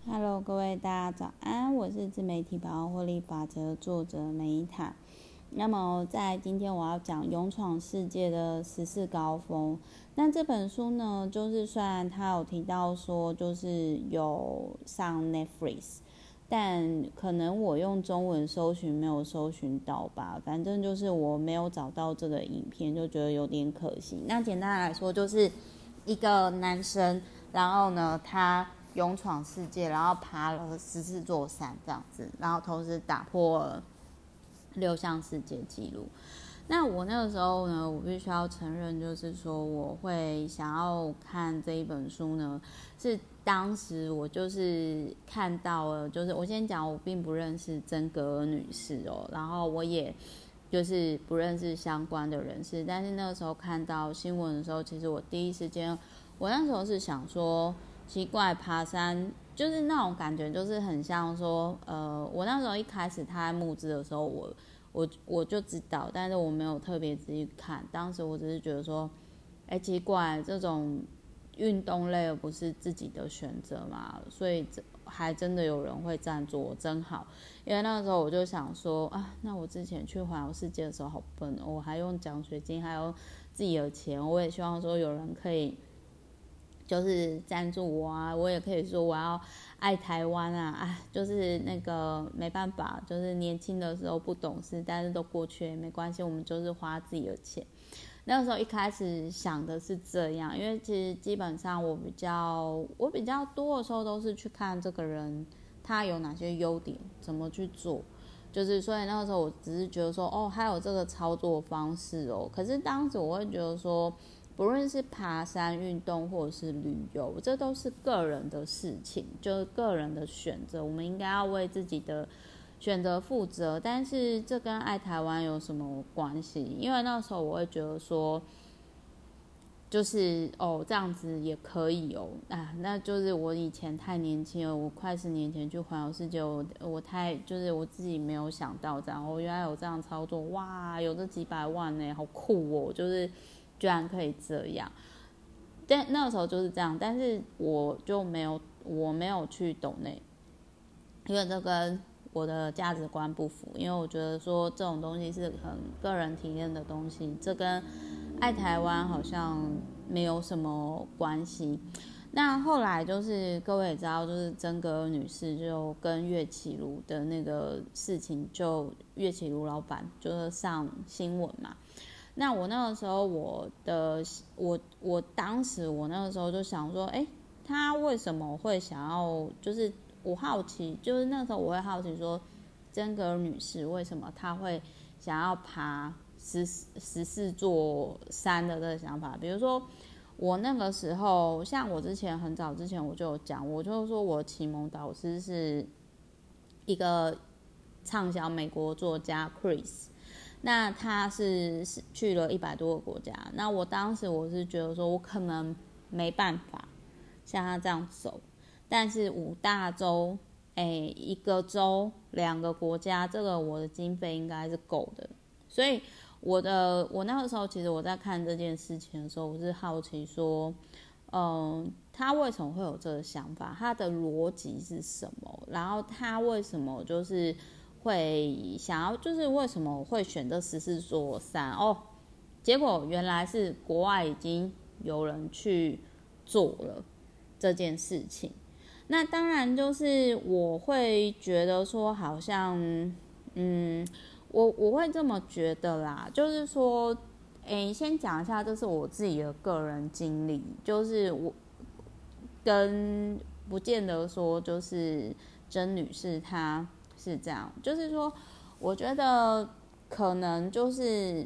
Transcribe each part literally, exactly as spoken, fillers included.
Hello，各位大家早安，我是自媒体百万获利法则作者梅塔。那么在今天我要讲勇闯世界的十四高峰。那这本书呢，就是虽然它有提到说就是有上 Netflix， 但可能我用中文搜寻没有搜寻到吧，反正就是我没有找到这个影片，就觉得有点可惜。那简单来说，就是一个男生，然后呢，他勇闯世界，然后爬了十四座山这样子，然后同时打破了六项世界纪录。那我那个时候呢，我必须要承认，就是说我会想要看这一本书呢，是当时我就是看到了，就是我先讲，我并不认识曾格尔女士哦，然后我也就是不认识相关的人士，但是那个时候看到新闻的时候，其实我第一时间，我那时候是想说，奇怪，爬山就是那种感觉，就是很像说，呃，我那时候一开始他在募资的时候，我我我就知道，但是我没有特别仔细看，当时我只是觉得说，哎，奇怪，这种运动类不是自己的选择嘛，所以还真的有人会赞助我，真好。因为那个时候我就想说啊，那我之前去环游世界的时候好笨哦，我还用奖学金，还有自己的钱，我也希望说有人可以就是赞助我啊，我也可以说我要爱台湾啊，啊，就是那个没办法，就是年轻的时候不懂事，但是都过去也没关系，我们就是花自己的钱。那个时候一开始想的是这样，因为其实基本上我比较我比较多的时候都是去看这个人他有哪些优点，怎么去做，就是所以那个时候我只是觉得说，哦，还有这个操作方式哦。可是当时我会觉得说，不论是爬山运动或者是旅游，这都是个人的事情，就是个人的选择，我们应该要为自己的选择负责，但是这跟爱台湾有什么关系？因为那时候我会觉得说，就是哦这样子也可以哦，啊，那就是我以前太年轻了，我快十年前去环游世界，我我太就是我自己没有想到这样，我、哦、原来有这样操作，哇，有这几百万呢，好酷哦，就是居然可以这样。但那个时候就是这样，但是我就没有我没有去抖内，因为这跟我的价值观不符，因为我觉得说这种东西是很个人体验的东西，这跟爱台湾好像没有什么关系。那后来就是各位也知道，就是曾格尔女士就跟岳启儒的那个事情，就岳启儒老板就是上新闻嘛。那我那个时候我的我我当时我那个时候就想说，哎，他为什么会想要就是我好奇，就是那时候我会好奇说，曾格尔女士为什么她会想要爬十十四座山的这个想法？比如说我那个时候，像我之前很早之前我就有讲，我就说我启蒙导师是一个畅销美国作家 Chris。那他是去了一百多个国家，那我当时我是觉得说，我可能没办法像他这样走，但是五大洲，哎，一个州两个国家，这个我的经费应该是够的。所以我的我那个时候其实我在看这件事情的时候，我是好奇说，嗯，他为什么会有这个想法？他的逻辑是什么？然后他为什么就是会想要，就是为什么会选择十四座山哦？结果原来是国外已经有人去做了这件事情。那当然就是我会觉得说，好像，嗯，我我会这么觉得啦，就是说，诶，先讲一下，这是我自己的个人经历，就是我跟不见得说就是甄女士她是这样，就是说，我觉得可能就是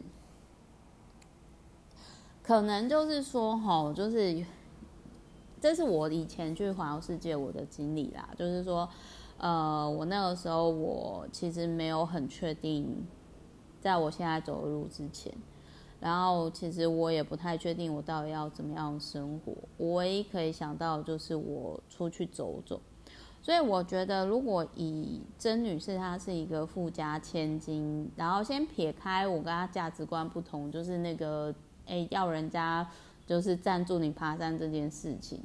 可能就是说，吼，就是这是我以前去环游世界我的经历啦，就是说，呃，我那个时候我其实没有很确定，在我现在走的路之前，然后其实我也不太确定我到底要怎么样生活，我唯一可以想到就是我出去走走。所以我觉得，如果以甄女士她是一个富家千金，然后先撇开我跟她价值观不同，就是那个哎要人家就是赞助你爬山这件事情，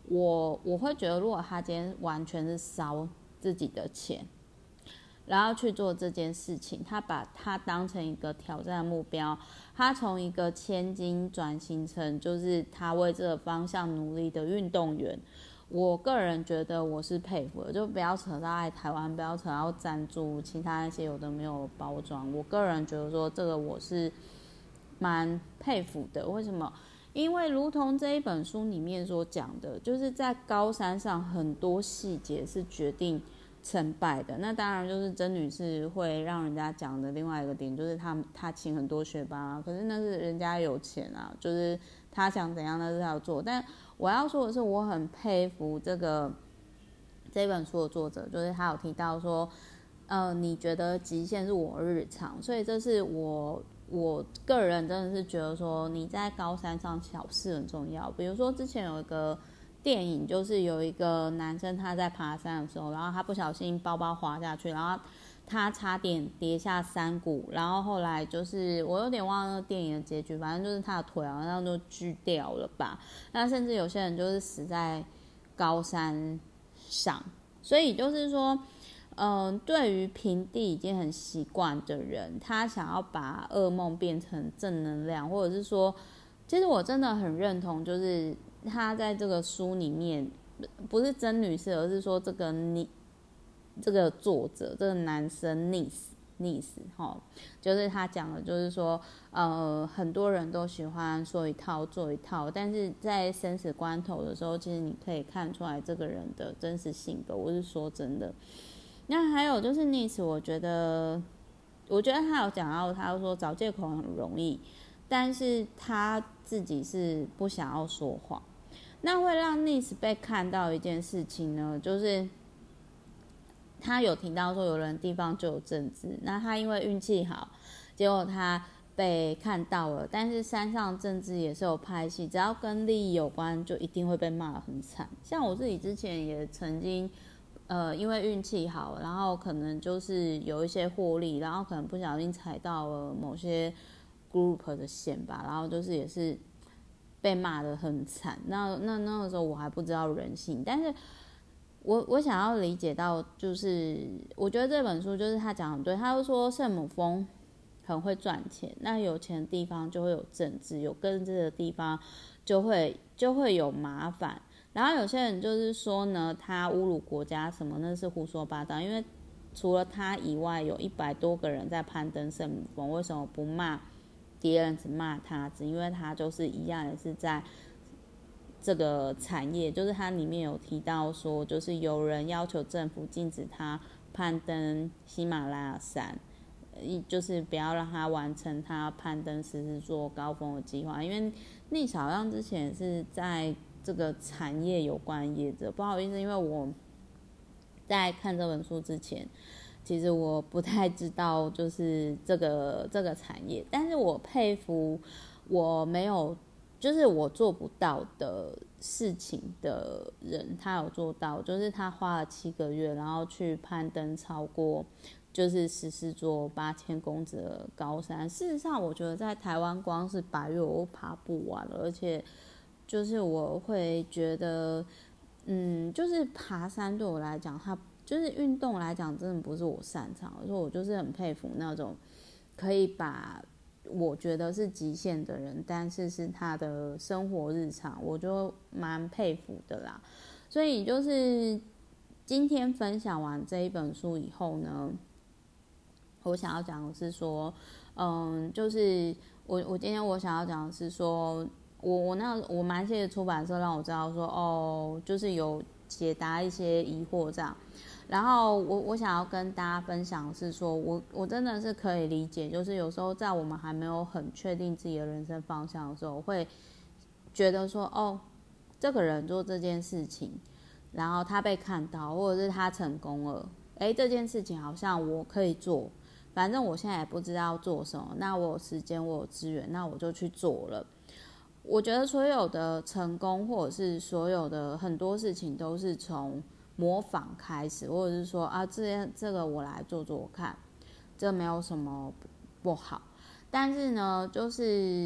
我我会觉得，如果他今天完全是烧自己的钱，然后去做这件事情，他把它当成一个挑战目标，他从一个千金转型成就是他为这个方向努力的运动员。我个人觉得我是佩服的，就不要扯到爱台湾，不要扯到赞助，其他那些有的没有包装。我个人觉得说这个我是蛮佩服的。为什么？因为如同这一本书里面所讲的，就是在高山上很多细节是决定成败的。那当然就是曾女士会让人家讲的另外一个点，就是她她请很多学霸，可是那是人家有钱啊，就是她想怎样那是她要做。但我要说的是，我很佩服这个这本书的作者，就是他有提到说，呃，你觉得极限是我日常，所以这是我。我个人真的是觉得说，你在高山上小事很重要。比如说之前有一个电影，就是有一个男生他在爬山的时候，然后他不小心包包滑下去，然后他差点跌下山谷，然后后来就是我有点忘了那个电影的结局，反正就是他的腿好像就锯掉了吧。那甚至有些人就是死在高山上，所以就是说。嗯，对于平地已经很习惯的人，他想要把噩梦变成正能量，或者是说，其实我真的很认同，就是他在这个书里面，不是曾女士，而是说这个你这个作者，这个男生 Nis Nis 哈，就是他讲的，就是说，呃，很多人都喜欢说一套做一套，但是在生死关头的时候，其实你可以看出来这个人的真实性格。我是说真的。那还有就是 Nis， 我觉得，我觉得他有讲到，他说找借口很容易，但是他自己是不想要说谎。那会让 Nis 被看到一件事情呢，就是他有提到说，有人地方就有政治，那他因为运气好，结果他被看到了，但是山上政治也是有派系，只要跟利益有关，就一定会被骂得很惨。像我自己之前也曾经。呃，因为运气好，然后可能就是有一些获利，然后可能不小心踩到了某些 group 的线吧，然后就是也是被骂得很惨。那那那个时候我还不知道人性，但是我我想要理解到，就是我觉得这本书就是他讲很对，他就说圣母峰很会赚钱，那有钱的地方就会有政治，有政治的地方就会就会有麻烦。然后有些人就是说呢，他侮辱国家什么，那是胡说八道。因为除了他以外，有一百多个人在攀登圣母峰，为什么不骂别人，只骂他？只因为他就是一样，也是在这个产业，就是他里面有提到说，就是有人要求政府禁止他攀登喜马拉雅山，就是不要让他完成他攀登十四座高峰的计划。因为逆好像之前是在。这个产业有关业者，不好意思，因为我在看这本书之前，其实我不太知道就是这个这个产业，但是我佩服我没有，就是我做不到的事情的人，他有做到，就是他花了七个月，然后去攀登超过就是十四座八千公尺的高山。事实上，我觉得在台湾光是百岳我都爬不完了，而且。就是我会觉得，嗯，就是爬山对我来讲，它就是运动来讲，真的不是我擅长。所以我就是很佩服那种可以把我觉得是极限的人，但是是他的生活日常，我就蛮佩服的啦。所以就是今天分享完这一本书以后呢，我想要讲的是说，嗯，就是我我今天我想要讲的是说。我我那我蛮谢谢出版社让我知道说哦，就是有解答一些疑惑这样，然后我我想要跟大家分享的是说我我真的是可以理解，就是有时候在我们还没有很确定自己的人生方向的时候，我会觉得说哦，这个人做这件事情，然后他被看到，或者是他成功了，哎，这件事情好像我可以做，反正我现在也不知道做什么，那我有时间我有资源，那我就去做了。我觉得所有的成功，或者是所有的很多事情，都是从模仿开始，或者是说啊，这这个我来做做看，这没有什么不好。但是呢，就是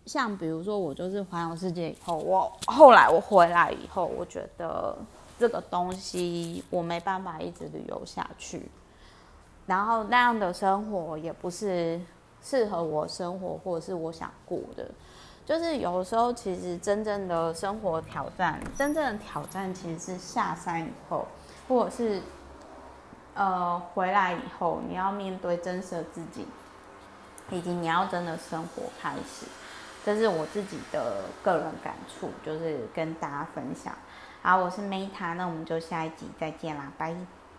像比如说我就是环游世界以后，我后来我回来以后，我觉得这个东西我没办法一直旅游下去，然后那样的生活也不是适合我生活或者是我想过的。就是有时候其实真正的生活挑战，真正的挑战其实是下山以后，或者是呃回来以后，你要面对真实的自己，以及你要真的生活开始。这是我自己的个人感触，就是跟大家分享。好，我是 Meta， 那我们就下一集再见啦，拜。